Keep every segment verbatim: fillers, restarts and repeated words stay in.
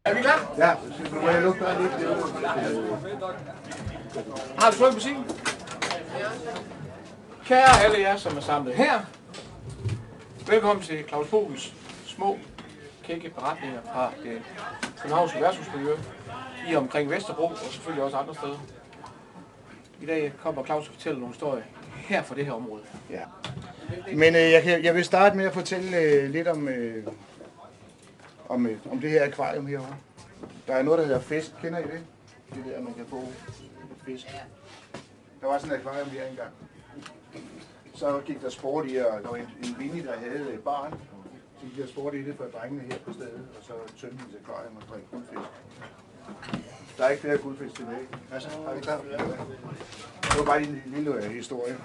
Er vi klar? Ja, nu må jeg lukke dig lidt. Har du slukket musikken? Kære alle jer, som er samlet her. Velkommen til Claus Bogens små, kække beretninger fra det københavnske værtshusmiljø i omkring Vesterbro og selvfølgelig også andre steder. I dag kommer Claus og fortælle nogle historier her fra det her område. Ja. Men øh, jeg, kan, jeg vil starte med at fortælle øh, lidt om, øh, om, øh, om det her akvarium herovre. Der er noget, der hedder fisk. Kender I det? Det der, man kan få fisk. Der var sådan et akvarium her engang. Så gik der sport i, og der var en, en Winnie, der havde et barn. Så gik der sport i det for drengene her på stedet, og så tømte de akvarium og drikke guldfisk. Der er ikke flere guldfisk tilbage. Altså, har vi klar? Det var bare en lille historie.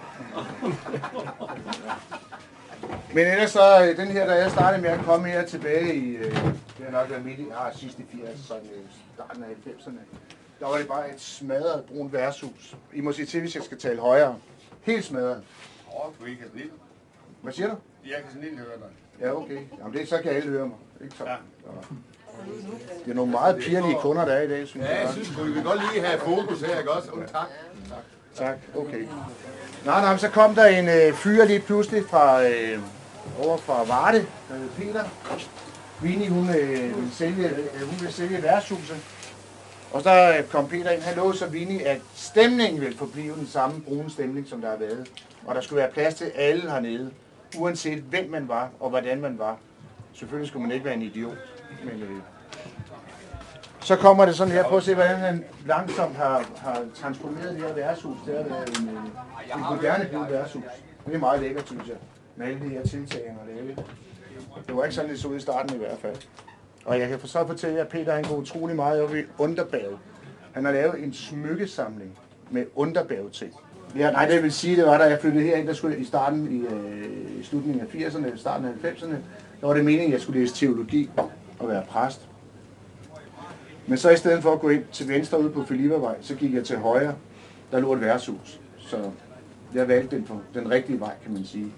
Men ellers så, den her, da jeg startede med at komme her tilbage i, det har nok været midt i, ah, sidste firs, sådan starten af halvfemserne, der var det bare et smadret brunt værtshus. I må sige til, hvis jeg skal tale højere. Helt smadret. Åh, du ikke kan snille. Hvad siger du? Jeg kan snille høre dig. Ja, okay. Jamen det, så kan alle høre mig. Ikke så? Ja. Det er nogle meget pirlige kunder, der er i dag, synes ja, jeg. Ja, synes du, vi vil godt lige have fokus her, ikke også? Og tak. Tak. Tak, okay. Nej, nej, så kom der en øh, fyr lige pludselig fra, øh, over fra Varde, der hed Peter. Winnie, hun, øh, ville sælge, øh, hun ville sælge værtshuset. Og så øh, kom Peter ind, han lovede så Winnie, at stemningen ville forblive den samme brune stemning, som der har været. Og der skulle være plads til alle hernede, uanset hvem man var og hvordan man var. Selvfølgelig skulle man ikke være en idiot, men... Øh, Så kommer det sådan her, prøv at se, hvordan han langsomt har, har transformeret det her værtshus til at være en, en moderne bygget værtshus. Det er meget lækkert, synes jeg, med alle de her tiltag, han har lavet. Det var ikke sådan, det så ud i starten i hvert fald. Og jeg kan så fortælle jer, at Peter han går utrolig meget op i underbag. Han har lavet en smykkesamling med underbag-ting. Ja, nej, det vil sige, det var da jeg flyttede herind, der skulle i starten i, øh, i slutningen af firserne, starten af halvfemserne, der var det meningen, at jeg skulle læse teologi og være præst. Men så i stedet for at gå ind til venstre ude på Filippervej, så gik jeg til højre, der lå et værtshus. Så jeg valgte den, for, den rigtige vej, kan man sige.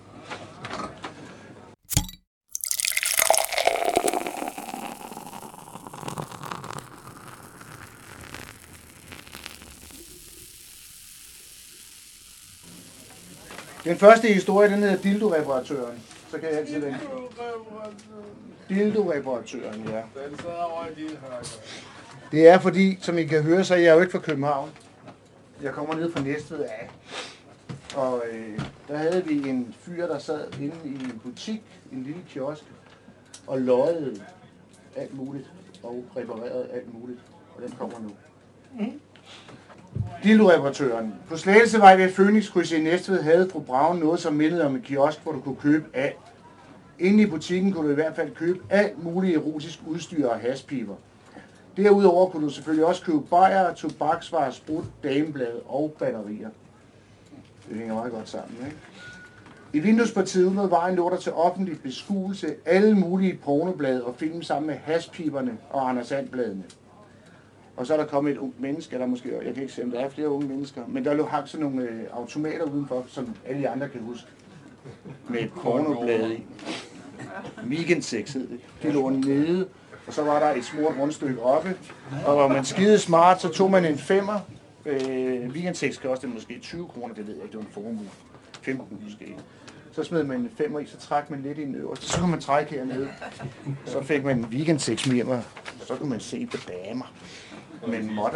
Den første historie, den hedder Dildo-reparatøren. Så kan jeg altid vente. Dildo-reparatøren, ja. Det er fordi, som I kan høre, så er jeg jo ikke fra København. Jeg kommer ned fra Næstved af. Og øh, der havde vi en fyr, der sad inde i en butik, en lille kiosk, og løjede alt muligt, og reparerede alt muligt. Og den kommer nu. Mm. Dildo-reparatøren. På Slagelsevej ved Phoenix i Næstved havde fru Braun noget, som mindede om en kiosk, hvor du kunne købe alt. Inde i butikken kunne du i hvert fald købe alt muligt erotisk udstyr og haspiber. Derudover kunne du selvfølgelig også købe bajer, tobaksvarer, sprut, dameblade og batterier. Det hænger meget godt sammen, ikke? I vinduespartiet ud mod vejen lå der til offentlig beskuelse alle mulige pornoblade og film sammen med haspiberne og Anders And-bladene. Og så er der kommet et ungt menneske, eller måske, jeg kan ikke se, om der er flere unge mennesker, men der lå hang sådan nogle øh, automater udenfor, som alle de andre kan huske, med pornoblade i. Weekendsex hed det. Det lå nede, og så var der et smurt rundstykke oppe, og var man skide smart, så tog man en femmer. Øh, Weekendsex kostede måske tyve kroner, det ved jeg ikke, det var en formue. femten måske. Så smed man en femmer i, så trak man lidt i den øverste, så kunne man trække hernede. Så fik man en Weekendsex med mig, så kunne man se på damer med modder.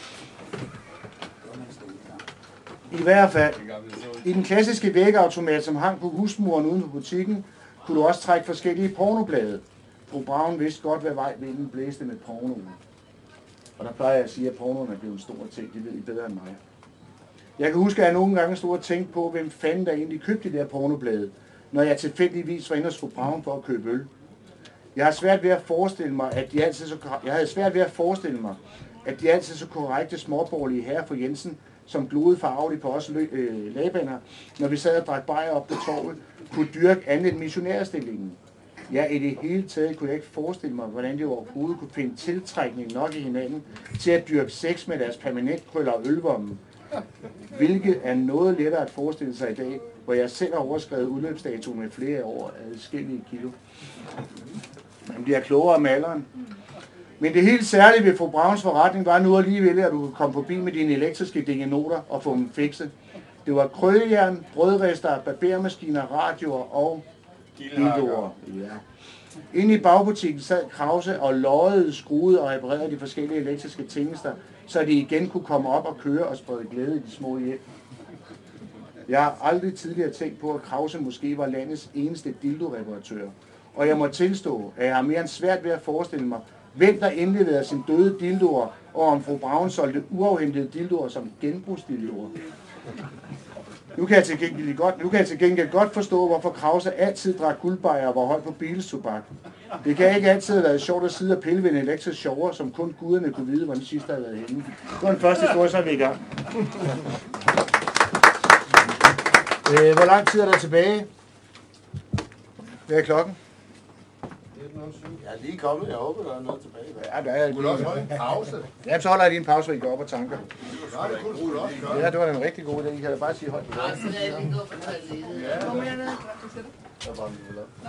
I hvert fald, i den klassiske vægautomat, som hang på husmuren uden for butikken, kunne du også trække forskellige pornoblade. Fru Braun vidste godt, hvad vej vinden blæste med pornoen. Og der plejer jeg at sige, at pornoen er blevet en stor ting. Det ved I bedre end mig. Jeg kan huske, at jeg nogle gange stod og tænkte på, hvem fanden der egentlig købte de der pornoblade, når jeg tilfældigvis var inde hos fru Braun for at købe øl. Jeg har svært ved at forestille mig, at de altid så jeg havde svært ved at forestille mig, at de altid så korrekte småborgerlige herrer for Jensen, som glodede farveligt på os øh, labaner, når vi sad og drak bajer op på torvet, kunne dyrke andet end missionærstillingen. Ja, i det hele taget kunne jeg ikke forestille mig, hvordan de overhovedet kunne finde tiltrækning nok i hinanden til at dyrke sex med deres permanentkrøller og ølvommen. Hvilket er noget lettere at forestille sig i dag, hvor jeg selv har overskrevet udløbsdatoen med flere år af adskillige kilo. Man bliver klogere om alderen. Men det helt særlige ved fru Brauns forretning var nu alligevel, at du kunne komme forbi med dine elektriske dingenoter og få dem fikset. Det var krøllejern, brødrester, barbermaskiner, radioer og dildoer. Ja. Inde i bagbutikken sad Krause og løjede, skruede og reparerede de forskellige elektriske tingester, så de igen kunne komme op og køre og sprede glæde i de små hjem. Jeg har aldrig tidligere tænkt på, at Krause måske var landets eneste dildo-reparatør. Og jeg må tilstå, at jeg har mere end svært ved at forestille mig, hvem der indleverede sin døde dildoer, og om fru Braun solgte uafhentede dildoer som genbrugsdildoer. Nu kan, jeg til gengæld godt, nu kan jeg til gengæld godt forstå, hvorfor Krause altid drak guldbejer og var højt på bilstobak. Det kan ikke altid have været sjovt at sidde og pille ved en elektrisk shower, som kun guderne kunne vide, hvor den sidste havde været henne. Det var den første historie, så er vi i gang. Øh, hvor lang tid er der tilbage? Hvad er klokken? Jeg er lige kommet, jeg håber, der er noget tilbage. Ja, der er Du vil også holde en pause. Ja, så holder jeg lige en pause, hvor I går op og tanker. Nej, det kunne du også gøre. Ja, det var da en rigtig god idé. I kan da bare sige højt. Nej, så er det lige gå på toilettet. Kom herned. Der var den vel op. Nå.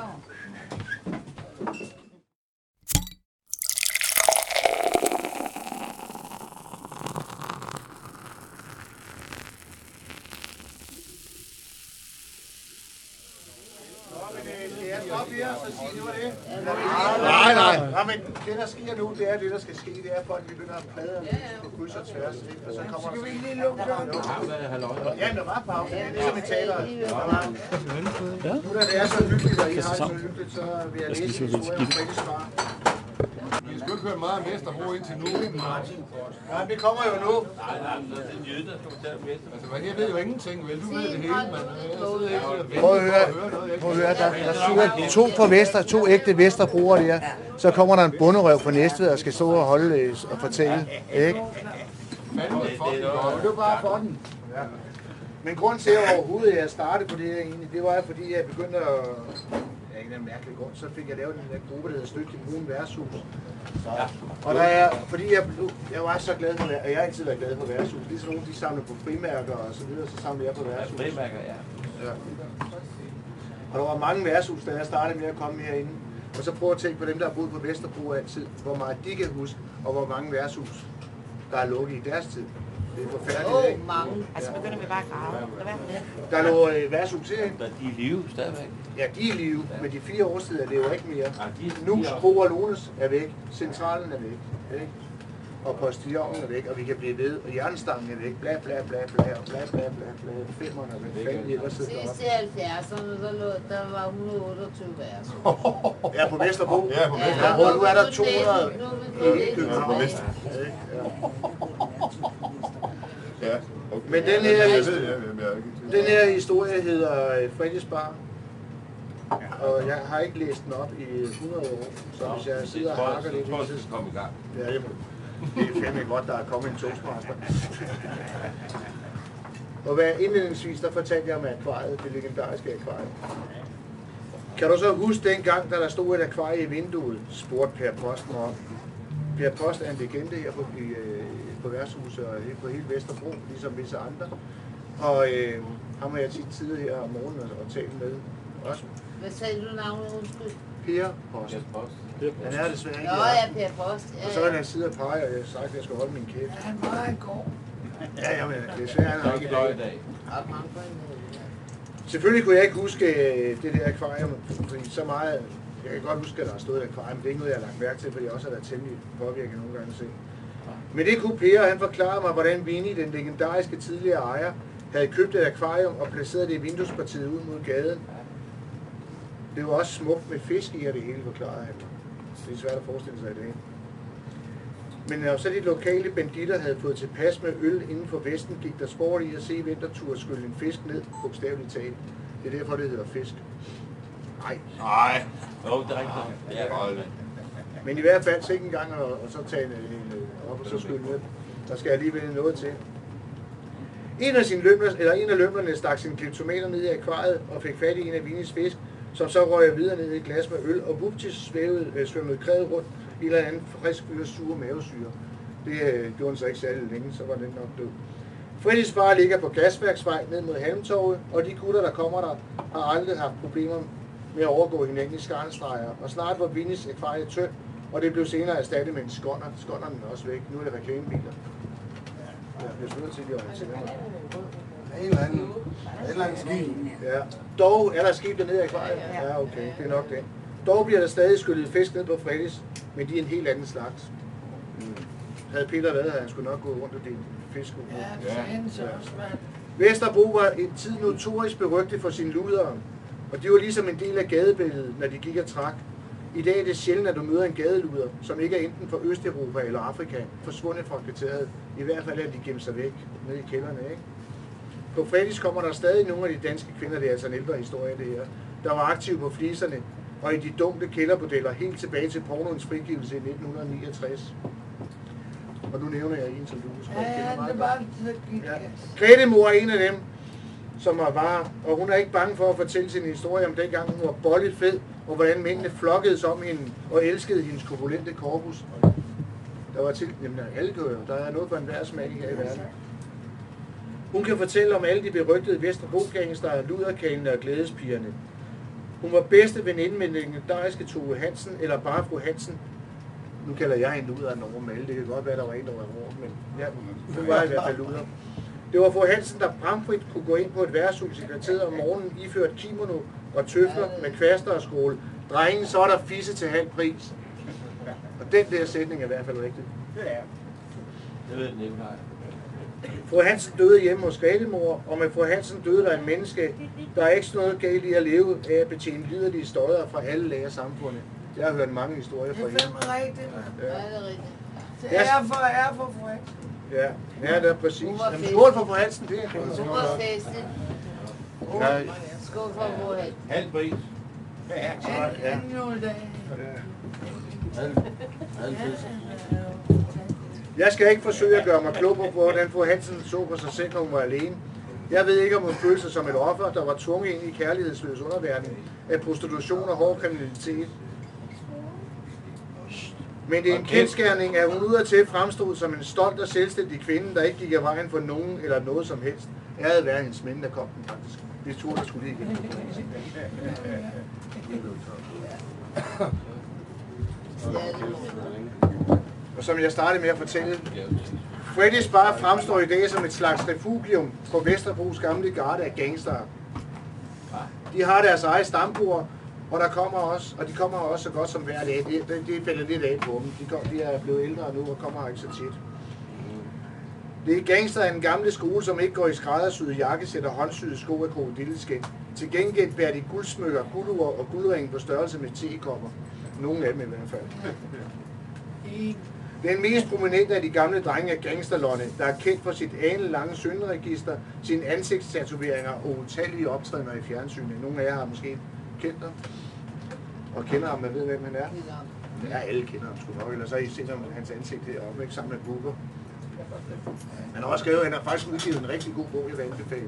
Nej, nej. Nej, men det der sker nu, det er det der skal ske. Det er, at folk begynder at plade på kryds og tværs. Ikke? Og så kommer der... Skal vi lige lukke døren? Ja, der var pause. Det er ligesom vi taler. Nu da det er så hyggeligt, og I har det så hyggeligt, så vil jeg læse en historie om Freddes far. Vi skal ikke høre meget af Vesterbro indtil nu. Nej, det kommer jo nu. Nej, nej, det er en jøde, der skal fortælle Vesterbro. Altså, jeg ved jo ingenting, vel? Du ved det hele, men jeg sidder ikke og venter Prøv at på høre, at høre noget. prøv at høre der, der sidder to fra Vester, to ægte Vesterbroer der. Så kommer der en bunderøv fra Næstved og skal stå og holde øh, og fortælle. Ikke? Fandme fucking godt. Det var bare for den. Ja. Men grunden til, at overhovedet jeg startede på det her egentlig, det var fordi jeg begyndte at... Ja, en eller anden mærkelig grund, så fik jeg lavet den der gruppe, der hedder Støt til Brune Værtshus. Ja. Og der er, fordi jeg, jeg var så glad for, og jeg har altid været glad for værtshus. Ligesom nogen, de samler på frimærker og så videre, så samler jeg på værtshus. Frimærker, ja. Ja. Og der var mange værtshus, da jeg startede med at komme herinde. Og så prøv at tænke på dem, der har boet på Vesterbro altid, hvor meget de kan huske, og hvor mange værtshus, der er lukket i deres tid. Det er forfærdeligt, Åh, ikke? mange. Altså begynder vi bare at grave. Lad være med det. Der lå øh, værtshus herinde. Der de er i live stadigvæk. Ja, de er i live, men de fire årstider lever ikke mere. Ja, de er Nus, fire år. Kro og Lones er væk. Centralen er væk. Ikke? Og Postillon er væk, og vi kan blive ved. Og jernstangen er væk. Bla bla bla bla og bla bla bla bla. Femmerne er væk. Fanden ellers sidder Sidst deroppe. i halvfjerdserne, der, lå, der var et hundrede og otteogtyve værelser. Ja, på Vesterbro. Ja, på Vesterbro. Ja, nu er der to hundrede Nu i er det København. tilbage. Ikke? Ja. Ja, okay. Men den her- Jeg ved, jeg ved, jeg Den her historie hedder øh, Freddes Bar. Og jeg har ikke læst den op i hundrede år, så hvis jeg sidder og hakker lidt, Jeg tror, det skal komme i gang. ja, det, må, det er fandme godt, der er kommet en toastmaster. Og hvad indledningsvis, der fortalte jeg om akvariet, det legendariske akvarie. Kan du så huske dengang, da der stod et akvarie i vinduet, spurgte Per Post mig om. Per Post er en legende her på, i, øh, på værtshuset og på hele Vesterbro, ligesom visse andre. Og øh, ham har jeg tit siddet her om morgenen og, og talt med også. Hvad sagde du navnet? Undskyld. Per Post. Yes, post. Han er desværre ikke Nå, her. ja, Per Post. Ja, Og så er han siddet og peger, og jeg har sagt, at jeg skal holde min kæft. Han var i går. Ja, jamen, desværre han Der har er ikke i fløj i dag. dag. Og mange på en måde, ja. Selvfølgelig kunne jeg ikke huske øh, det der akvarium, fordi så meget... Jeg kan godt huske, at der har stået et akvarium, men det er ikke noget, jeg har lagt mærke til, fordi jeg også har været temmelig påvirket nogle gange selv. Men det kunne Per, han forklarede mig, hvordan Winnie, den legendariske tidligere ejer, havde købt et akvarium og placeret det i vinduespartiet ud mod gaden. Det var også smukt med fisk i, og det hele forklarede han mig. Det er svært at forestille sig i dag. Men når så de lokale banditter havde fået tilpas med øl inden for vesten, gik der sport i at se vintertur skylle en fisk ned, bogstaveligt talt. Det er derfor, det hedder fisk. Nej. Nej. Jo, det er rigtigt. Det er godt. Men i hvert fald så ikke engang og, og så tage en, en op og så skylle ned. Der skal alligevel noget til. En af, sine lømler, eller en af lømlerne stak sine kleptometer ned i akvariet og fik fat i en af Winnies fisk, som så røg videre ned i et glas med øl, og vuptis svævede, øh, svømmede krævet rundt i en eller anden frisk fyre sure mavesyre. Det øh, gjorde den så ikke særlig længe, så var den nok død. Freddes far ligger på Gasværksvej ned mod Halmtorvet, og de gutter, der kommer der, har aldrig haft problemer med at overgå hinanden i skarnstreger, og snart var Winnies akvarie tynd, Og det blev senere erstattet med en skånder. Skånderen er også væk. Nu er det reklamebiler. Jeg bliver nødt til at orientere mig. En eller anden, en eller anden skib. Ja. Dog er der skib dernede i akvariet. Ja, okay. Det er nok det. Dog bliver der stadig skyllet fisk ned på Fredis, men de er en helt anden slags. Havde Peter været her, han skulle nok gå rundt og dele fisk ud. Ja, det er hendes også, mand. Vesterbro var en tid notorisk berygtet for sine ludere, og de var ligesom en del af gadebilledet, når de gik og trak. I dag er det sjældent, at du møder en gadeluder, som ikke er enten fra Østeuropa eller Afrika, forsvundet fra kvarteret. I hvert fald er de gemt sig væk nede i kælderne, ikke? På Fredis kommer der stadig nogle af de danske kvinder, det er altså en ældre historie det her, der var aktive på fliserne og i de dunkle kælderbordeller helt tilbage til pornoens frigivelse i nitten niogtres. Og nu nævner jeg en, som du måske Ja, kender ja, meget det godt. var det gik Ja. gas. Gretemor er en af dem, som var bare, og hun er ikke bange for at fortælle sin historie om dengang hun var bolligt fed, og hvordan mændene flokkedes om hende og elskede hendes korpulente korpus. Der var til, jamen alle gør jo, der er noget for enhver smag her i verden. Hun kan fortælle om alle de berygtede Vesterbro-gangster, luderkalene og glædespigerne. Hun var bedste veninde med den legendariske Tove Hansen, eller bare fru Hansen. Nu kalder jeg hende luder normal, det kan godt være, der var en, der var hård, men ja, hun var i hvert fald luder. Det var fru Hansen, der bramfrit kunne gå ind på et værtshus i kvarteret om morgenen, iført kimono og tøfler med kvaster og skål. Drengen, så er der fisse til halv pris. Og den der sætning er i hvert fald rigtig. Det ved Nikolaj. Fru Hansen døde hjemme hos Gretemor, og med fru Hansen døde der en menneske, der er ikke noget galt i at leve af at betjene liderlige støjer fra alle lag af samfundet. Jeg har hørt mange historier fra Det er hende. fandme rigtigt, mand. Ja. Ja, det er rigtigt. Til ære for ære for fru Hansen. Ja, ja, det er præcis. Hun var Jamen, skål for fru Hansen, det er Hun fint. var festlig. Ja, Skål for fru Hansen. Halv pris. ja. Anden juledag. Jeg skal ikke forsøge at gøre mig klog på, hvordan fru Hansen så på sig selv, når hun var alene. Jeg ved ikke, om hun følte sig som et offer, der var tvunget ind i kærlighedsløs underverden af prostitution og hård kriminalitet. Men det er en kendsgerning, at hun udadtil fremstod som en stolt og selvstændig kvinde, der ikke gik af vejen for nogen eller noget som helst. Jeg havde været hendes mænd, der kom den faktisk. Det turde der skulle lige igen. Og som jeg startede med at fortælle, Fredis Bar fremstår i dag som et slags refugium for Vesterbros gamle garde af gangster. De har deres eget stambord, og der kommer også, og de kommer også så godt som hver dag. Det, det, det falder lidt af på dem. De, kom, de er blevet ældre nu og kommer ikke så tit. Det er gangster af den gamle skole, som ikke går i skræddersyede jakkesæt og håndsyede sko af krokodilleskin. Til gengæld bærer de guldsmykker, guldure og guldringe på størrelse med tekopper. Nogle af dem i hvert fald. Den mest prominente af de gamle drenge er gangsterlonne, der er kendt for sit anelange synderegister, sine ansigtstatoveringer og utallige optrædener i fjernsynet. Nogle af jer har måske kendt ham, og kender ham, man ved, hvem han er. Ja, alle kender ham sgu nok, ellers så har I set ham, hans ansigt heroppe, ikke, sammen med Bubber. Han har også skrevet, han har faktisk udgivet en rigtig god bog, jeg vil anbefale.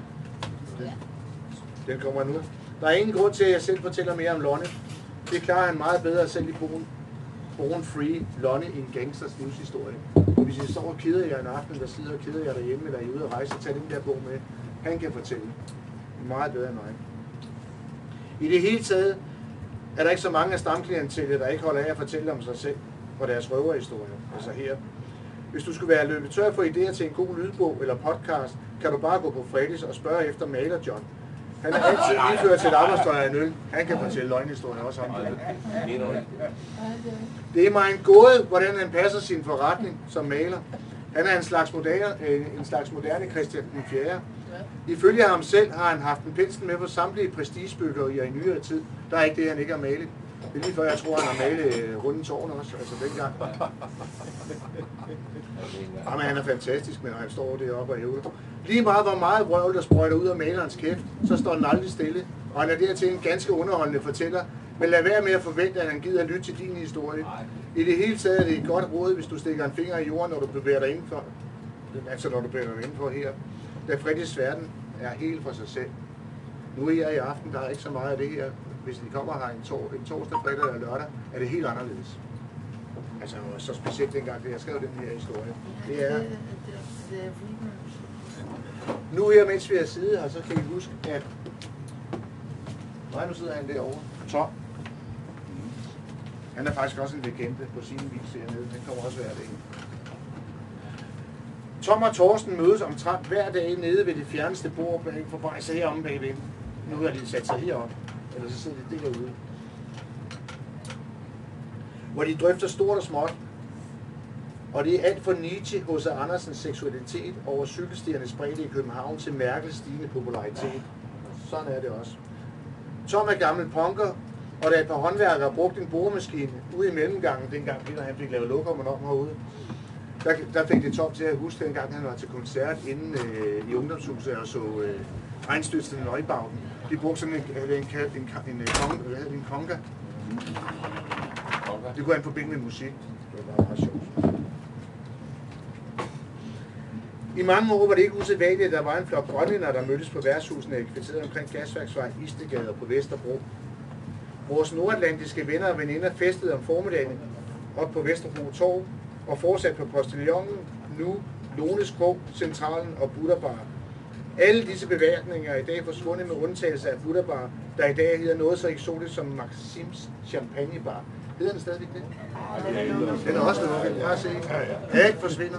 Den kommer nu. Der er ingen grund til, at jeg selv fortæller mere om Lonne. Det klarer han meget bedre selv i bogen. Born Free, Lonne i en gangsters livshistorie. Hvis I står og keder jer en aften, der sidder og keder jer derhjemme, eller I er ude at rejse, så tag den der bog med. Han kan fortælle. Meget bedre end mig. I det hele taget er der ikke så mange af stamklientellet, der ikke holder af at fortælle om sig selv og deres røverhistorier. Altså her. Hvis du skulle være løbet tør for idéer til en god lydbog eller podcast, kan du bare gå på Fredis og spørge efter Maler John. Han er altid indført til et arbejdstøj af en øl. Han kan fortælle løgnhistorier også om det. Det er mig en gåde, hvordan han passer sin forretning som maler. Han er en slags moderne, en slags moderne Christian den fjerde. Ifølge ham selv har han haft en pensel med på samtlige prestigebyggerier i nyere tid. Der er ikke det, han ikke har malet. Det er lige før, jeg tror, han har malet Runde Tårn også, altså dengang. Jamen, han er fantastisk, men han står deroppe og hævder. Lige meget, hvor meget vrøvl, der sprøjter ud af malerens kæft, så står den aldrig stille. Og han er dertil en ganske underholdende fortæller. Men lad være med at forvente, at han gider at lytte til din historie. I det hele taget er det et godt råd, hvis du stikker en finger i jorden, når du bevæger dig indenfor. Altså, når du bevæger dig indenfor her. Da Fredis verden er helt for sig selv. Nu er jeg i aften, der er ikke så meget af det her. Hvis de kommer her en, tor en torsdag, fredag eller lørdag, er det helt anderledes. Altså, så specielt dengang, da jeg skrev den her historie. Det er... Nu her, mens vi har siddet her, så kan I huske, at... Nej, nu sidder han derovre. Tom. Han er faktisk også en legende på sin vis hernede. Han kommer også hver dag. Tom og Thorsten mødes omtrent hver dag nede ved det fjerneste bord bag for sig heromme bagved. Nu har de sat sig heroppe, eller så sidder de derude. Hvor de drøfter stort og småt. Og det er alt fra Nietzsche, H C Andersens seksualitet over cykelstierne spredte i København til Merkels stigende popularitet. Sådan er det også. Tom er gammel punker, og da et par håndværkere brugte en boremaskine ude i mellemgangen, dengang Peter han fik lavet lokummen om herude, der, der fik det Tom til at huske, dengang han var til koncert inde øh, i ungdomshuset og så øh, Einstürzende Neubauten. De brugte sådan en, en, en, en, en, en, en konga. Det kunne han forbinde med musik. Det var meget sjovt. I mange år var det ikke usædvanligt, at der var en flok grønlændere, der mødtes på værtshusene i kvarteret omkring Gasværksvej, Istegade og på Vesterbro. Vores nordatlantiske venner og veninder festede om formiddagen op på Vesterbro Torv og fortsat på Postillionen, nu Lones Krog, Centralen og Budderbar. Alle disse beværtninger er i dag forsvundet med undtagelse af Budderbar, der i dag hedder noget så eksotisk som Maxims Champagne Bar. Hedder den stadigvæk det? Den er også lukket. Jeg har set. Alt forsvinder.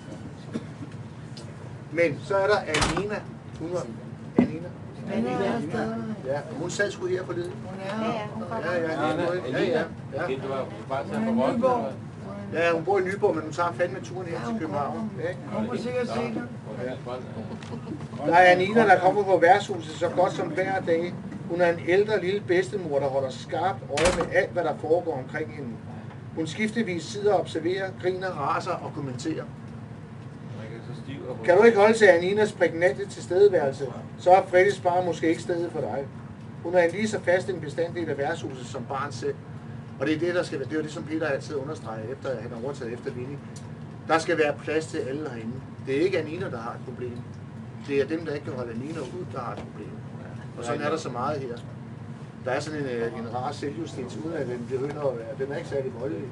Men så er der Anina. Hun var Anina. Anina. Ja, hun sad sgu her forleden. Hun er her. Ja, ja, ja, ja, ja. Det var bare til at Hun få er i Nyborg. Roskilde. Ja, hun bor i Nyborg, men hun tager fandme turen her til København. Hun må sikkert se det. Der er Anina, der kommer på værtshuset så godt som hver dag. Hun er en ældre lille bedstemor, der holder skarpt øje med alt, hvad der foregår omkring hende. Hun skiftevis sidder og observerer, griner, raser og kommenterer. Kan du ikke holde til Aninas prægnante tilstedeværelse, så er Freddys Bar måske ikke stedet for dig. Hun er en lige så fast en bestanddel af værtshuset som barn selv. Og det er det, der skal være. Det er jo det, som Peter altid understreger, efter at han har overtaget efter Vinnie. Der skal være plads til alle herinde. Det er ikke Anina, der har et problem. Det er dem, der ikke kan holde Anina ud, der har et problem. Og sådan er der så meget her. Der er sådan en, en rar selvjustits, uden at den begynder at være. Den er ikke særlig voldelig.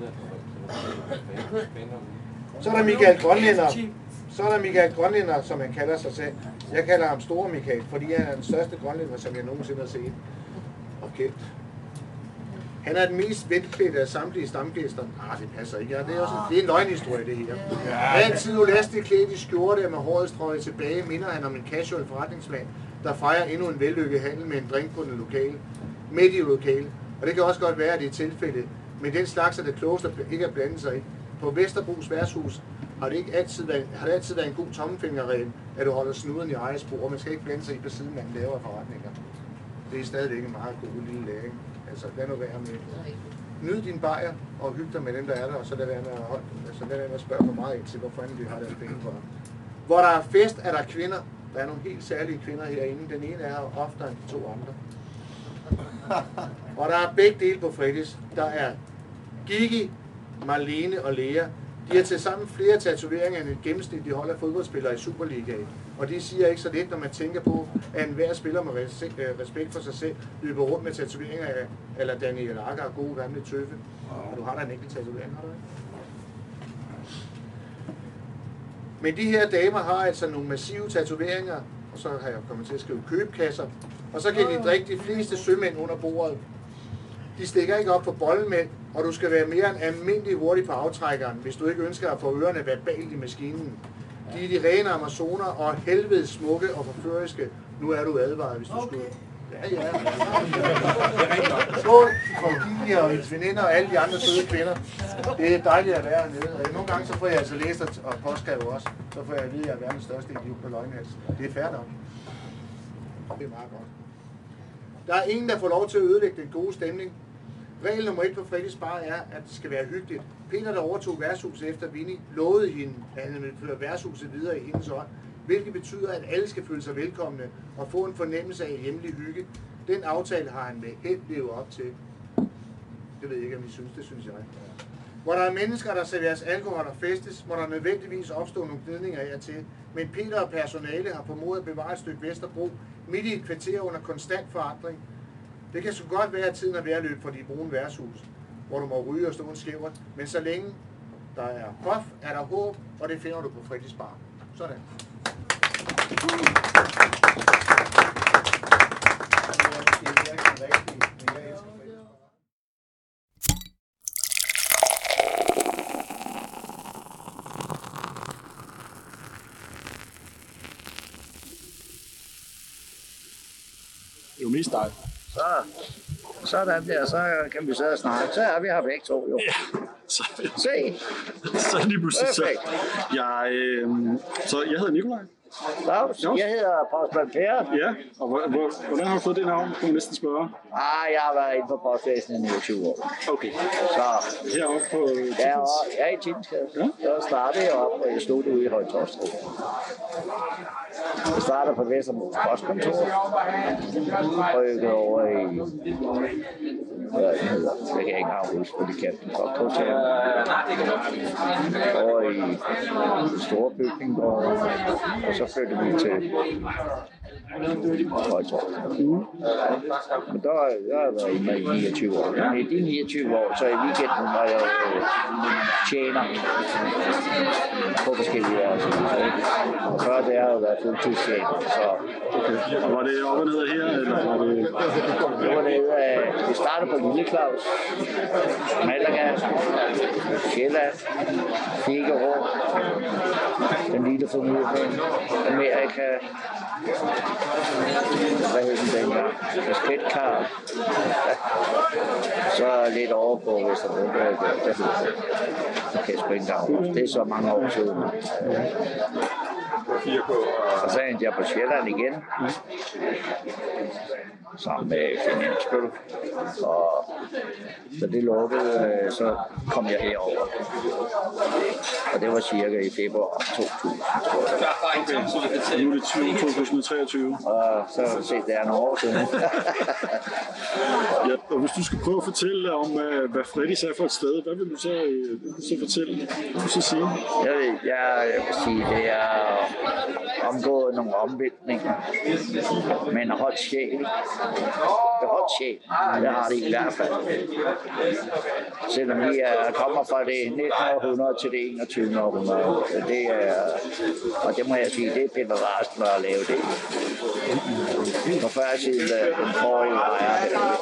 Så er der Michael Grønlænder. Så er der Michael Grønlænder, som han kalder sig selv. Jeg kalder ham Store Michael, fordi han er den største grønlænder, som jeg nogensinde har set og kendt. Han er den mest velklædte af samtlige stamgæster. Ah, det passer ikke. Ja, det er også en, det er en løgnhistorie, det her. Altid ulastigt klædt i skjorte med håret strøget tilbage, minder han om en casual forretningsmand, der fejrer endnu en vellykket handel med en drink på den lokale. Midt i lokale. Og det kan også godt være, at det er tilfældet. Men den slags er det klogeste ikke at blande sig i. På Vesterbros værtshus har det, ikke altid været, har det altid været en god tommelfingerregel, at du holder snuden i eget spor. Man skal ikke blande sig i, på siden man laver forretninger. Det er stadigvæk en meget god lille læring. Altså, lad nu være med. Nyd din bajer og hyg dig med dem, der er der, og så lad være med at, holde, altså, lad være med at spørge for meget ind til, hvorfor de har deres penge for. Hvor der er fest, er der kvinder. Der er nogle helt særlige kvinder herinde. Den ene er her oftere end de to andre. Og der er begge dele på Freddys. Der er Gigi, Marlene og Lea. De har til sammen flere tatoveringer end et gennemsnitligt hold af fodboldspillere i Superligaen. Og de siger ikke så lidt, når man tænker på, at enhver spiller med respekt for sig selv løber rundt med tatoveringer af, eller Daniel Akker og gode gamle tøffe. Og du har da en enkelt tatovering, har du ikke? Men de her damer har altså nogle massive tatoveringer, og så har jeg kommet til at skrive købkasser. Og så kan de drikke de fleste sømænd under bordet. De stikker ikke op for bollemænd, og du skal være mere end almindelig hurtig på aftrækkeren, hvis du ikke ønsker at få ørerne verbalt i maskinen. De er de rene amazoner og helvedes smukke og forføriske. Nu er du advaret, hvis du okay. skulle. Ja, ja. Skål for Gigi og hendes veninder og alle de andre søde kvinder. Det er dejligt at være hernede. Og nogle gange så får jeg altså læst og postgave også. Så får jeg at vide, at jeg er verdens største idiot på løgnhals. Det er fair nok. Det er meget godt. Der er ingen, der får lov til at ødelægge den gode stemning. Regel nummer et på Freddys Bar er, at det skal være hyggeligt. Peter, der overtog værtshuset efter Vinnie, lovede hende, at han ville føre værtshuset videre i hendes ånd, hvilket betyder, at alle skal føle sig velkomne og få en fornemmelse af hjemlig hygge. Den aftale har han med held levet op til. Det ved jeg ikke, om I synes, det synes jeg. Hvor der er mennesker, der serveres alkohol og festes, må der nødvendigvis opstå nogle gnidninger af og til. Men Peter og personale har formået at bevare et stykke Vesterbro midt i et kvarter under konstant forandring. Det kan så godt være, at tiden er ved at løbe for de brune værtshus, hvor du må ryge og stå en skævert. Men så længe der er puff, er der håb, og det finder du på Freddys Bar. Sådan. mest dig. Så, sådan der, så kan vi sidde og snakke. Så er vi her begge to, jo. Ja. Så, Se! så lige pludselig så. Perfekt. Jeg, øh, så jeg hedder Nikolaj. Claus, jeg hedder Postmand Per. Ja, og hvor, hvor, hvordan har du fået det navn? Kan man næsten spørge. Ah, jeg har været inden for postvæsenet i niogtyve år. Okay. Så Heroppe på jeg er, jeg er i Tinskade. Ja. Så startede jeg op, og jeg stod ude i Høje-Taastrup. Jeg startede på Vestermos postkontor. Rykkede over i... Hvad det hedder? Jeg kan ikke engang huske, hvad de kaldte den. Hotel. Over i den store bygning, og, og så flyttede vi til Høje-Taastrup. Mm. Men der har jeg været inde i niogtyve år. Men i de niogtyve år, så i weekenden var jeg tjener på forskellige værelser. Og før det har jeg været fuldtidstjener. Så okay. Var det op og ned her, eller var det... Det var nede af... Vi startede på Lille Claus, Malaga, Sjælland, Figaro, den lille familie, Amerika, hvad hed den dengang? Kasketkar. Så lidt over på Vesterbro. Det kan jeg sgu ikke engang. Det er så mange år siden. Og så endte jeg på Sjælland igen. Sammen med Finansbøl. Og så det lukkede, så kom jeg herover. Og det var cirka i februar to tusind. Okay. Nu er det to tusind og treogtyve. Og så se, det er nogle år siden. Ja, og hvis du skal prøve at fortælle om, hvad Freddy's er for et sted, hvad vil du så, så fortælle? Hvad vil du så sige? Jeg vil, jeg, jeg vil sige, det er omgået nogle omvæltninger, men holdt sjæl. Det holdt sjæl. Det har det i hvert fald. Selvom vi er, kommer fra det nitten hundrede til det enogtyvende århundrede. Det er, og det må jeg sige, det er Peter Larsen at lave det. For før siden den forrige ejer,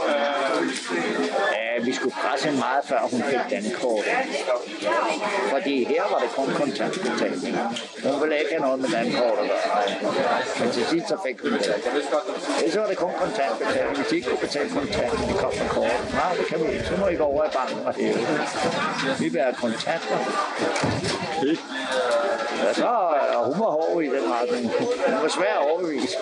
at vi skulle presse hende meget, før hun fik dankort. Fordi her var det kun kontantbetaling. Hun ville ikke have noget med dankort at gøre. Men til sidst så fik hun det. Ellers var det kun kontantbetaling. Hvis de ikke kunne betale kontant, de kom med kort. Nej, det kan vi ikke. Så må I gå over i banken og hæve. Vi vil have kontanter. Ja, så og hun var hård i den retning. Hun var svær at overbevise.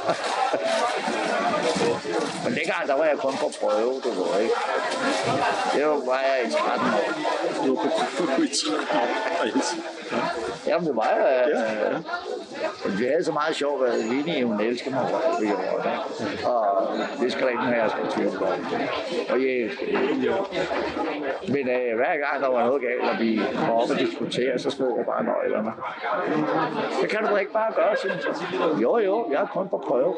Men dengang, der var jeg kun på prøve, det var ikke. Det var jeg i tretten år. Du var på i tretten år? Jamen, det var jeg. Øh, vi havde så meget sjovt, at Vinnie, hun elsker mig, vi gjorde det. Og det skal der ikke have, jeg skal tvivle på. Og jeg elsker det. Men øh, hver gang, der var noget galt, og vi kom op og diskutere, så slog jeg bare nøglerne. Det kan du ikke bare gøre, synes jeg. Jo, jo, jeg er kun på prøve.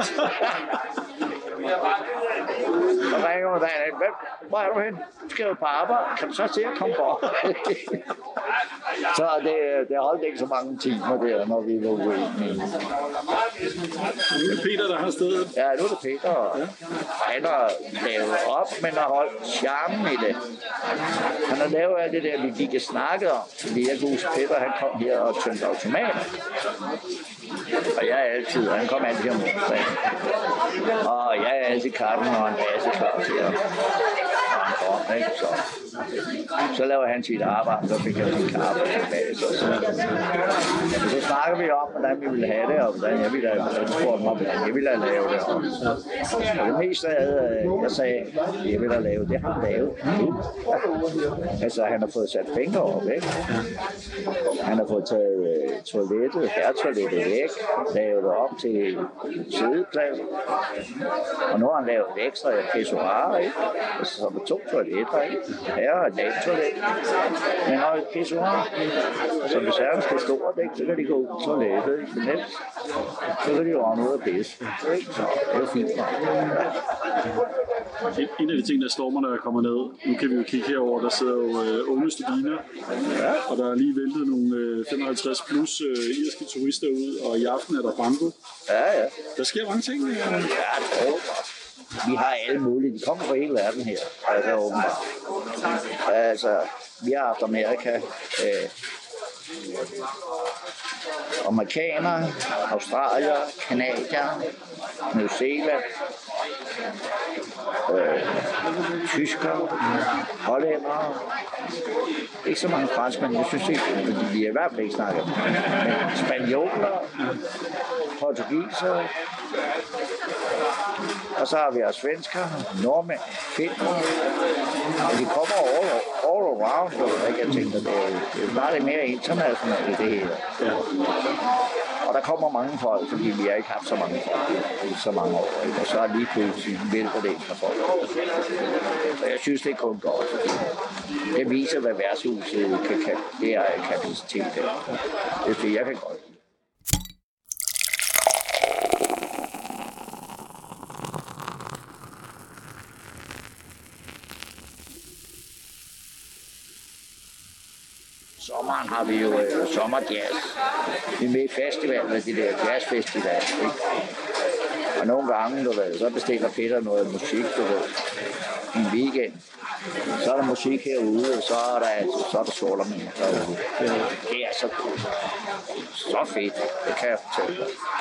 Så ringer hun dagen ind. Hvor er du hen? Skal du på arbejde? Kan du så se at komme på? Så det, det holdt ikke så mange timer der, når vi var uenige. Nu er det Peter, der har stedet. Ja, nu er det Peter. Ja. Han har lavet op, men har holdt charmen i det. Han har lavet alt det der, vi gik og snakkede om. Fordi jeg kunne huske, Peter, han kom her og tømte automater. Og jeg er altid, han kom altid om onsdagen. Og jeg er altid kaffen og en masse klar til at kom, ikke? Så, så laver han sit arbejde, så fik jeg min kaffe tilbage. Så, så, så snakker vi om, hvordan vi ville have det, og hvordan jeg ville have spurgt mig, hvordan jeg ville have lavet det. Og, og det meste af, jeg sagde, jeg ville have lavet det, har han lavet. Altså, han har fået sat fingre op, ikke? Han har fået taget uh, toilettet, herretoilettet væk, lavet det op til sideplads. Og nu har han lavet et ekstra pissoir, ikke? Altså, så med to toiletter, ikke? Her er et toilet, men også et pissoir. Så hvis herren skal stå og dække, så kan de gå ud på toilettet, ikke? Men ellers, så kan de jo rende ud og pisse. Så det er fint nok. En af de ting, der slår mig, når jeg kommer ned, nu kan vi jo kigge herover, der sidder jo øh, unge studiner, ja. Og der er lige væltet nogle øh, femoghalvtreds plus øh, irske turister ud, og i aften er der banko. Ja, ja. Der sker mange ting. Øh. Ja, det er vi har alle mulige. De kommer fra hele verden her. Altså, åbenbart. Altså, vi har haft Amerika, øh, amerikanere, australier, kanadier, New Zealand, øh, tyskere, hollændere. Ikke så mange franskmænd, jeg synes ikke, fordi de er i hvert fald ikke snakket. Men spanioler, portugiser, og så har vi også svensker, nordmænd, finner. Og de kommer all, all around, og jeg tænker, det er, det er bare lidt mere internationalt det hele. Ja. Og der kommer mange folk, fordi vi har ikke haft så mange folk i så mange år. Ikke? Og så er lige pludselig vælter det ind med folk. Og jeg synes, det er kun godt, fordi det viser, hvad værtshuset kan, kan. Det er kapacitet. Det er det, jeg kan godt. Sommeren har vi jo øh, sommerjazz. Vi er med i festivalen, det der jazzfestival. Ikke? Og nogle gange, du ved, så bestiller Peter noget musik, du ved, i en weekend. Så er der musik herude, og så er der, så er der Solomon derude. Det er så, så fedt, det kan jeg fortælle.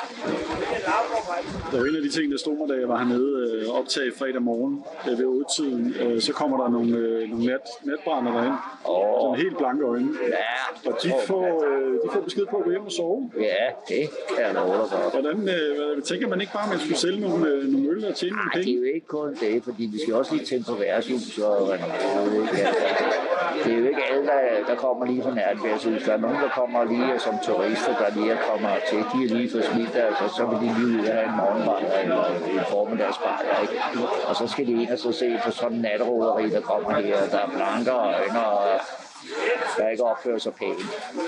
Det var en af de ting, der stod mig, da jeg var hernede og optag fredag morgen ved otte-tiden. Så kommer der nogle, nogle nat, natbrænder derind. Oh. Sådan helt blanke øjne. Ja. Og de får, de får besked på at gå hjem og sove. Ja, det kan jeg love dig for. Hvordan øh, tænker man ikke bare, at man skulle sælge nogle, øh, nogle øl og tjene nogle penge? Nej, det er jo ikke kun det, fordi vi skal også lige tænke på værtshus. Og, det, er jo ikke, det er jo ikke alle, der, der kommer lige fra nært værtshus. Der er nogen, der kommer lige som turister, der lige er kommer til. De er lige for smidt, altså, så vil de lige ud og have en morgenbajer eller en formiddagsbajer. Ikke? Og så skal de ind og så se på sådan en natteroderi, der kommer her. Der er blanke øjne og der ikke opfører sig pænt.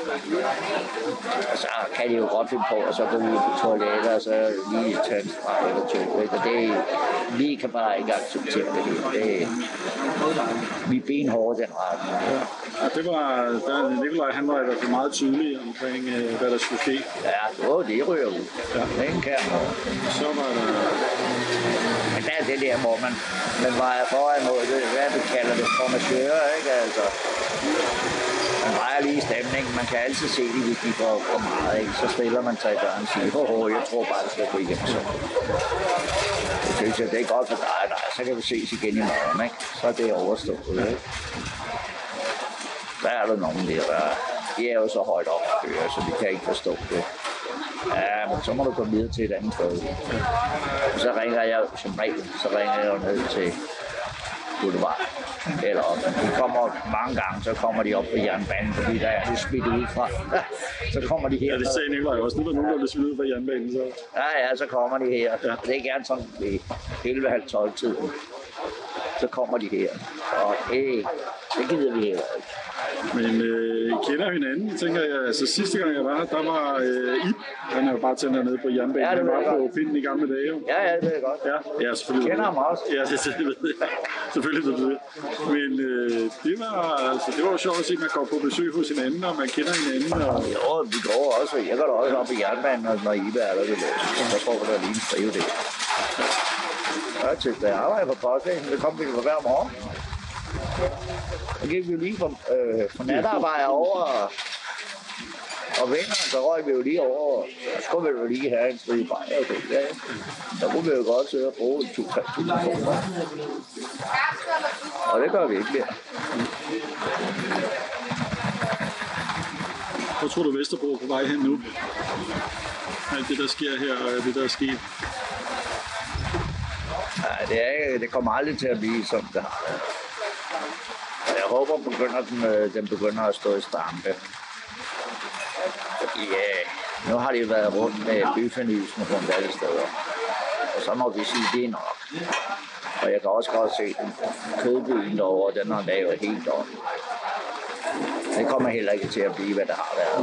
Og så kan de jo godt finde på, og så gå ud på toiletter, og så lige tage en streg eller to. Og det, vi kan bare ikke acceptere det hele. Det, vi er benhårde den retning. Ja, det var, der, Nikolaj, han var i hvert fald meget tydelig omkring, hvad der skulle ske. Ja, åh, det ryger ud. Ja. Den kan så var der... Men der er det der, hvor man, man vejer foran mod det, hvad vi kalder det, formassøre, ikke altså. Man vejer lige stemningen, man kan altid se det, hvis de får for meget, ikke? Så stiller man sig i døren og siger, åh, jeg tror bare, det skal gå igennem så. Jeg synes, at det er godt for dig, nej, så kan vi ses igen i morgen, ikke? Så er det overstået, ikke? Der er der nogen der, der de er jo så højt op at køre, så vi kan ikke forstå det. Ja, men så må du gå videre til et andet sted. Og så ringer jeg som regel, så ringer jeg jo ned til Boulevard. Eller op. De kommer mange gange, så kommer de op på jernbanen, fordi der er det smidt ud fra. Så kommer de her. Ja, det sagde Nikolaj også. Nu er der nogen, der bliver smidt ud fra jernbanen. Så. Ja, ja, så kommer de her. Ja. Det er gerne sådan ved elleve halv tolv tiden. Så kommer de her. Og hey, det gider vi heller ikke. Men øh, I kender hinanden, tænker jeg. Altså sidste gang jeg var her, der var øh, Ib. Han er jo bare tænder nede på jernbanen. Ja, han var på pinden i gamle dage. Jo. Ja, ja, det er godt. Ja, ja selvfølgelig. Kender ham også. Ja, det, det ved jeg. Selvfølgelig det ved jeg. Men øh, det, var, altså, det var jo sjovt at se, at man går på besøg hos hinanden, og man kender hinanden. Og... Jo, vi går også. Jeg går da også op i jernbanen, når Ib er der. Så får vi da lige en skrive det. Ja, til det arbejde på postdagen. Det kommer vi på hver morgen. Så gik vi jo lige fra, øh, fra natarbejde over og, og vingerne, så røg vi jo lige over, så skulle vi jo lige have en strid bajer. Ja, så kunne vi jo godt sidde og bruge to til tre tusind kroner. Og det gør vi ikke mere. Hvor tror du Vesterbro er på vej hen nu? Alt det der sker her og det der er sket? Nej, det, er, det kommer aldrig til at blive som det har været. Jeg håber, begynder den, den begynder at stå i stampe. Fordi ja, nu har de været rundt med byfornyelsen rundt alle steder. Og så må vi sige, det er nok. Og jeg kan også godt se den kødbyen derovre, den har lavet helt op. Det kommer heller ikke til at blive, hvad det har været.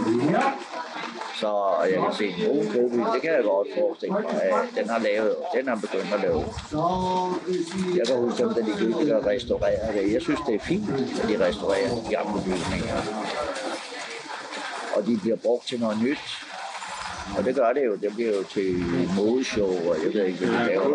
Så jeg kan se en god kødby, det kan jeg godt forestille mig, at den har lavet, den har begyndt at lave. Jeg kan huske, at de gik og restaurere det. Jeg synes, det er fint, at de restaurerer de gamle bygninger. Og de bliver brugt til noget nyt. Og det gør det jo. Det bliver jo til modeshow, og jeg ved ikke, hvad de laver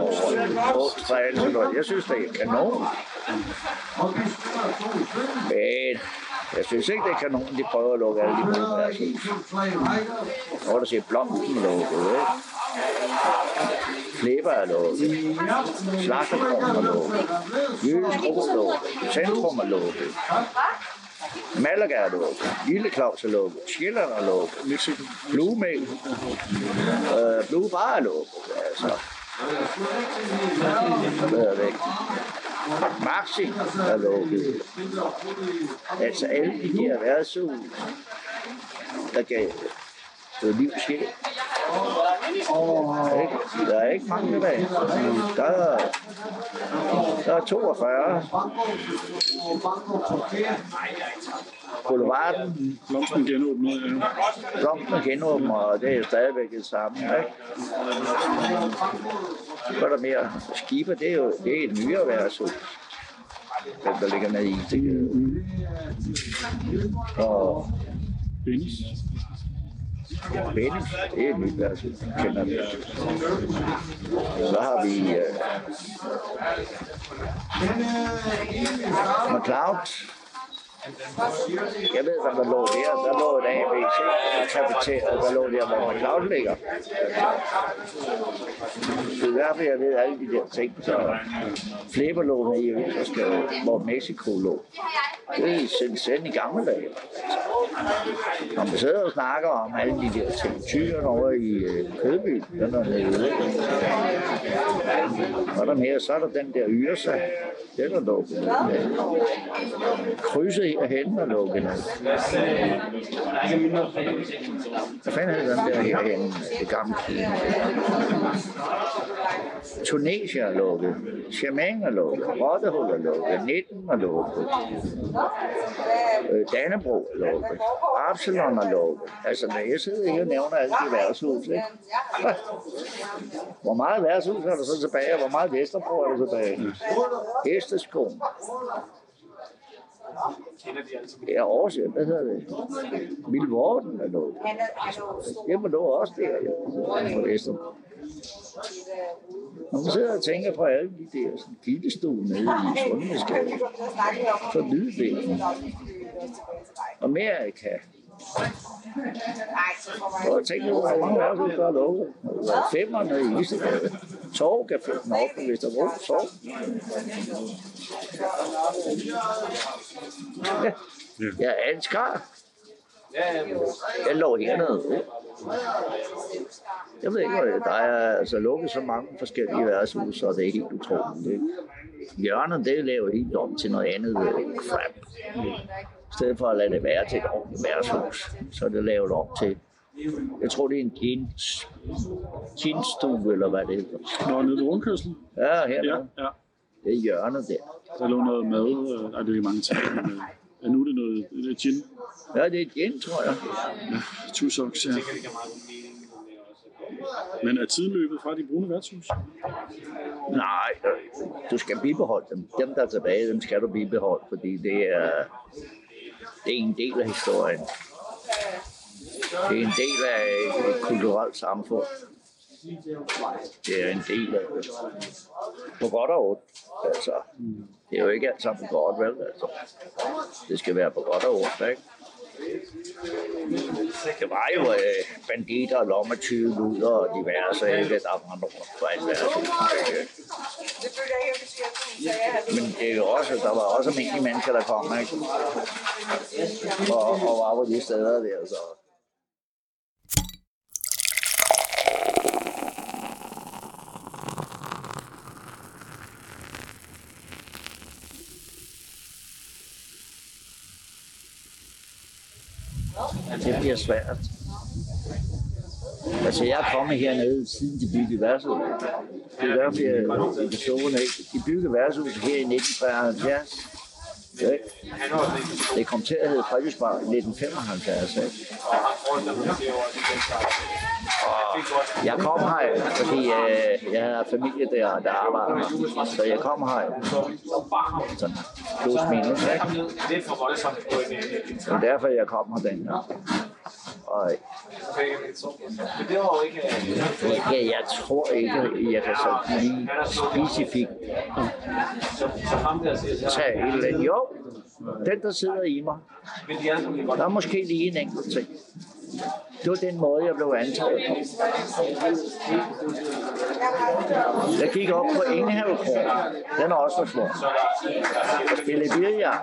over. Jeg synes, det er kanon. Men Jeg synes ikke, det er kanon, de prøver at lukke alle de brune værtshus. Hvor der siger Blomsten lukket, ikke? Flæber er lukket. Slagterkrum er lukket. Jydestrup er lukket. Centrum er lukket. Malaga er lukket. Lille Claus er lukket. Sjælland er lukket. Bluemel. Øh, Blue Bar er lukket. Altså. Hvad er væk? Maxi er lukket. Altså alle de her værtshus, der gav det liv sjæl. Der er ikke mange tilbage. Der er, der er toogfyrre. Boulevarden. Blomsten genåbner, ja. Blomsten genåbner, og det er jo stadigvæk det samme. Ikke? Så er der mere. Skiber, det er jo det er et nyere værtshus. Den, der ligger med i det. Og Bennis. Bennis, det er et nyt værtshus. Kender det. Så har vi uh, McLeod. Jeg ved, hvad der lå der. Der lå et A B C-kafeteria, der lå der, hvor McLeod ligger. Det er derfor, jeg ved alle de der ting. Så Flæber lå med i Østerskade, hvor Mexico lå. Det er sendt sendt i gamle dage. Når man sidder og snakker om alle de der ting, tyren over i øh, Kødby, den er nede. Og der mere, så er der den der Yrsa, den er lukket. Krydset herhen er lukket. Hvad fanden er den der herhen, det gamle Kina? Tunesia er lukket. Charmaine er lukket. Rottehul er lukket. nitten er lukket. Dannebro er lukket. Absalon er lukket. Altså, når jeg sidder her og nævner alle de værtshus, ikke? Hvor meget værtshus er der så tilbage, og hvor meget Vesterbro er der tilbage? Hesteskoen. Ja, Aarhus, hvad hedder det? Milvorten er lukket. Det må lå også der, ja. På Vesterbro. Når man sidder og tænker på alle de der gildestue nede i Sundhedsgade, så Lydvæggen, Amerika. Og jeg tænker, hvor mange værtshus der er lukket. Femmerne i Istegade. Torvcaféen oppe på Vesterbro. Torv. Ja, jeg er Ansgar. Jeg lå hernede. Jeg ved ikke, hvad der er altså lukket så mange forskellige værtshus, så det er helt utroligt. Hjørnet, det er lavet helt om til noget andet crap. I stedet for at lade det være til et ordentligt værtshus, så er det lavet om til, jeg tror det er en gin, ginstue, eller hvad det hedder. Nå, nede ved rundkørslen? Ja, her. Ja, ja. Det er hjørnet der. Der lå noget mad, nej, det er ikke mange ting, men ja, nu er det noget, det er gin. Ja, det er gin, tror jeg. Ja, two socks, ja. Men er tiden løbet fra de brune værtshus? Nej, du skal bibeholde dem. Dem, der er tilbage, dem skal du bibeholde, fordi det er, det er en del af historien. Det er en del af et kulturelt samfund. Det er en del af det. På godt og ondt. Altså, det er jo ikke alt sammen godt, vel? Altså, det skal være på godt og ondt, ikke? Det var jo øh, banditter, lommetyve, luder og diverse, ikke? Der var nogen for alt værtshus. Men det er jo også, der var også almindelige mennesker, der kom, ikke? Og, og var på de steder der, så... Det bliver svært. Altså, jeg er kommet hernede, siden de byggede værtshus. Det er derfor, jeg er stående. De byggede værtshus her i nitten treoghalvfjerds. Okay. Det kom til at hedde Frederiksberg i nitten femoghalvfjerds. Ikke? Og jeg kom her, fordi øh, jeg havde familie der, der arbejder her. Så jeg kom her. Sådan plus minus. Ikke? Det er derfor, jeg kom her den her. Og ja, jeg tror ikke, jeg kan så lige specifikt tage et eller andet. Jo, den der sidder i mig, der er måske lige en enkelt ting. Det var den måde, jeg blev antaget på. Jeg gik op på Engehavekrogen. Den er også for små. Og spillede billard.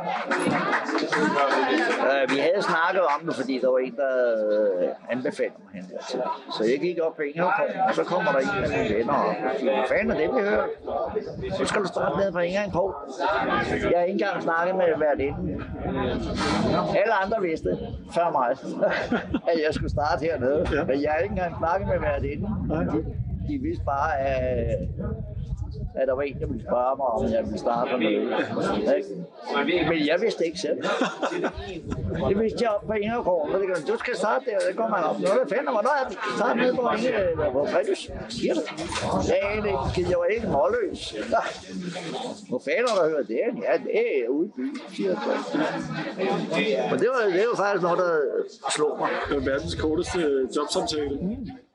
Vi havde snakket om det, fordi der var en, der anbefalede mig hen dertil. Så jeg gik op på Engehavekrogen, og så kommer der en af mine venner op. Hvad fanden er det, vi hører? Så skal du starte ned fra Engehavekrogen. Jeg har ikke engang snakket med værtinden. Alle andre vidste, før mig, at jeg skulle starte hernede. Ja. Men jeg har ikke engang snakket med værtinden. De, de vidste bare, at, at der var en, der ville spørge mig, om jeg ville starte hernede. Men jeg vidste ikke selv. Det vidste jeg op på Engehavekrogen. Du skal starte der, så går man op. Nå, hvad fanden, hvornår er det? Start ned på Engehavekrogen. Hvad du siger du? Ja, jeg var ikke målløs. Hvor fanden har du hørt det? Ja, det er ude i byen, siger jeg. Men det var, det var faktisk noget, der slog mig. Det var verdens korteste jobsamtale. Mm.